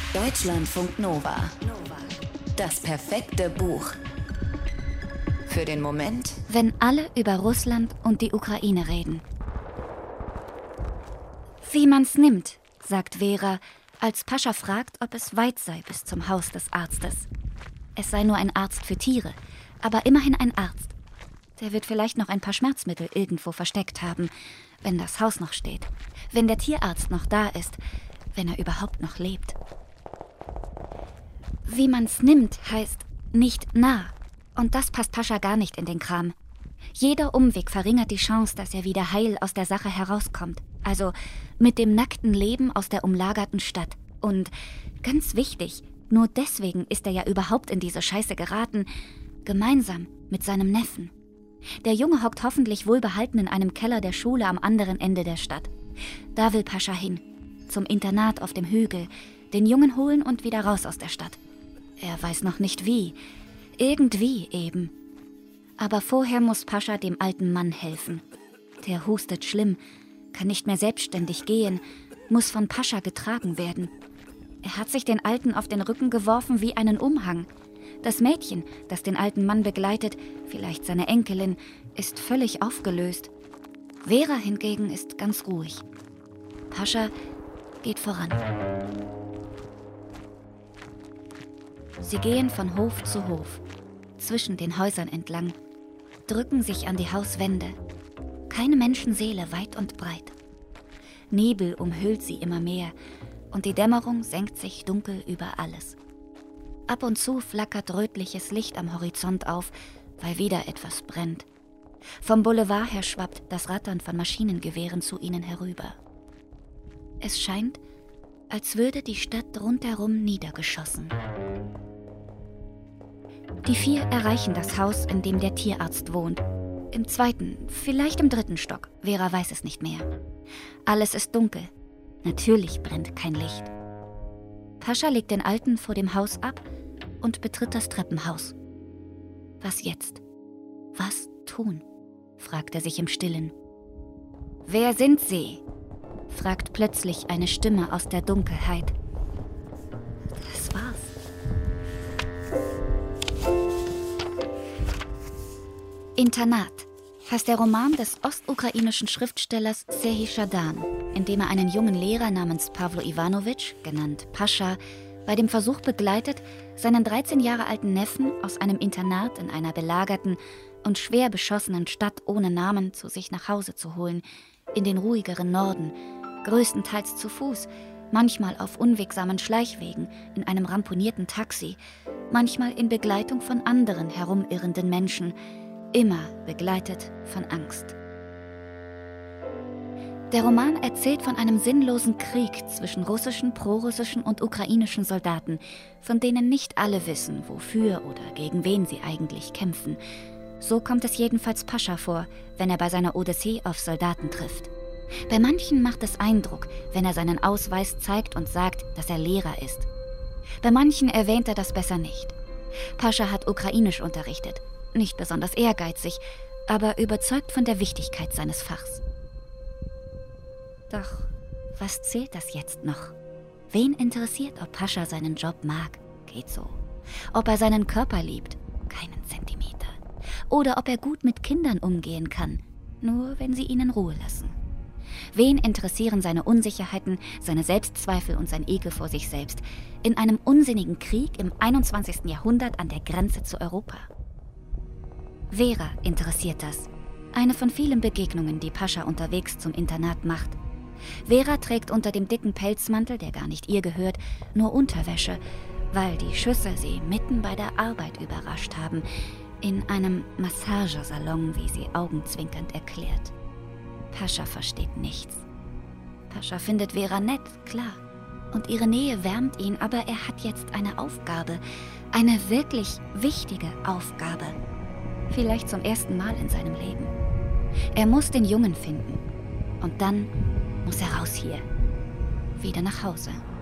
Deutschlandfunk Nova. Das perfekte Buch. Für den Moment, wenn alle über Russland und die Ukraine reden. Wie man's nimmt, sagt Vera, als Pascha fragt, ob es weit sei bis zum Haus des Arztes. Es sei nur ein Arzt für Tiere, aber immerhin ein Arzt. Der wird vielleicht noch ein paar Schmerzmittel irgendwo versteckt haben, wenn das Haus noch steht, wenn der Tierarzt noch da ist, wenn er überhaupt noch lebt. Wie man's nimmt, heißt nicht nah. Und das passt Pascha gar nicht in den Kram. Jeder Umweg verringert die Chance, dass er wieder heil aus der Sache herauskommt. Also mit dem nackten Leben aus der umlagerten Stadt. Und ganz wichtig, nur deswegen ist er ja überhaupt in diese Scheiße geraten, gemeinsam mit seinem Neffen. Der Junge hockt hoffentlich wohlbehalten in einem Keller der Schule am anderen Ende der Stadt. Da will Pascha hin, zum Internat auf dem Hügel, den Jungen holen und wieder raus aus der Stadt. Er weiß noch nicht wie. Irgendwie eben. Aber vorher muss Pascha dem alten Mann helfen. Der hustet schlimm, kann nicht mehr selbstständig gehen, muss von Pascha getragen werden. Er hat sich den Alten auf den Rücken geworfen wie einen Umhang. Das Mädchen, das den alten Mann begleitet, vielleicht seine Enkelin, ist völlig aufgelöst. Vera hingegen ist ganz ruhig. Pascha geht voran. Sie gehen von Hof zu Hof, zwischen den Häusern entlang, drücken sich an die Hauswände. Keine Menschenseele weit und breit. Nebel umhüllt sie immer mehr und die Dämmerung senkt sich dunkel über alles. Ab und zu flackert rötliches Licht am Horizont auf, weil wieder etwas brennt. Vom Boulevard her schwappt das Rattern von Maschinengewehren zu ihnen herüber. Es scheint, als würde die Stadt rundherum niedergeschossen. Die 4 erreichen das Haus, in dem der Tierarzt wohnt. Im 2., vielleicht im 3. Stock, Vera weiß es nicht mehr. Alles ist dunkel. Natürlich brennt kein Licht. Pascha legt den Alten vor dem Haus ab und betritt das Treppenhaus. Was jetzt? Was tun? Fragt er sich im Stillen. Wer sind Sie? Fragt plötzlich eine Stimme aus der Dunkelheit. Das war's. Internat heißt der Roman des ostukrainischen Schriftstellers Serhij Schadan, in dem er einen jungen Lehrer namens Pawlo Iwanowitsch, genannt Pascha, bei dem Versuch begleitet, seinen 13 Jahre alten Neffen aus einem Internat in einer belagerten und schwer beschossenen Stadt ohne Namen zu sich nach Hause zu holen, in den ruhigeren Norden, größtenteils zu Fuß, manchmal auf unwegsamen Schleichwegen, in einem ramponierten Taxi, manchmal in Begleitung von anderen herumirrenden Menschen, immer begleitet von Angst. Der Roman erzählt von einem sinnlosen Krieg zwischen russischen, prorussischen und ukrainischen Soldaten, von denen nicht alle wissen, wofür oder gegen wen sie eigentlich kämpfen. So kommt es jedenfalls Pascha vor, wenn er bei seiner Odyssee auf Soldaten trifft. Bei manchen macht es Eindruck, wenn er seinen Ausweis zeigt und sagt, dass er Lehrer ist. Bei manchen erwähnt er das besser nicht. Pascha hat Ukrainisch unterrichtet. Nicht besonders ehrgeizig, aber überzeugt von der Wichtigkeit seines Fachs. Doch was zählt das jetzt noch? Wen interessiert, ob Pascha seinen Job mag? Geht so. Ob er seinen Körper liebt? Keinen Zentimeter. Oder ob er gut mit Kindern umgehen kann? Nur wenn sie ihn in Ruhe lassen. Wen interessieren seine Unsicherheiten, seine Selbstzweifel und sein Ekel vor sich selbst in einem unsinnigen Krieg im 21. Jahrhundert an der Grenze zu Europa? Vera interessiert das. Eine von vielen Begegnungen, die Pascha unterwegs zum Internat macht. Vera trägt unter dem dicken Pelzmantel, der gar nicht ihr gehört, nur Unterwäsche, weil die Schüsse sie mitten bei der Arbeit überrascht haben, in einem Massagesalon, wie sie augenzwinkernd erklärt. Pascha versteht nichts. Pascha findet Vera nett, klar. Und ihre Nähe wärmt ihn, aber er hat jetzt eine Aufgabe. Eine wirklich wichtige Aufgabe. Vielleicht zum ersten Mal in seinem Leben. Er muss den Jungen finden. Und dann muss er raus hier. Wieder nach Hause.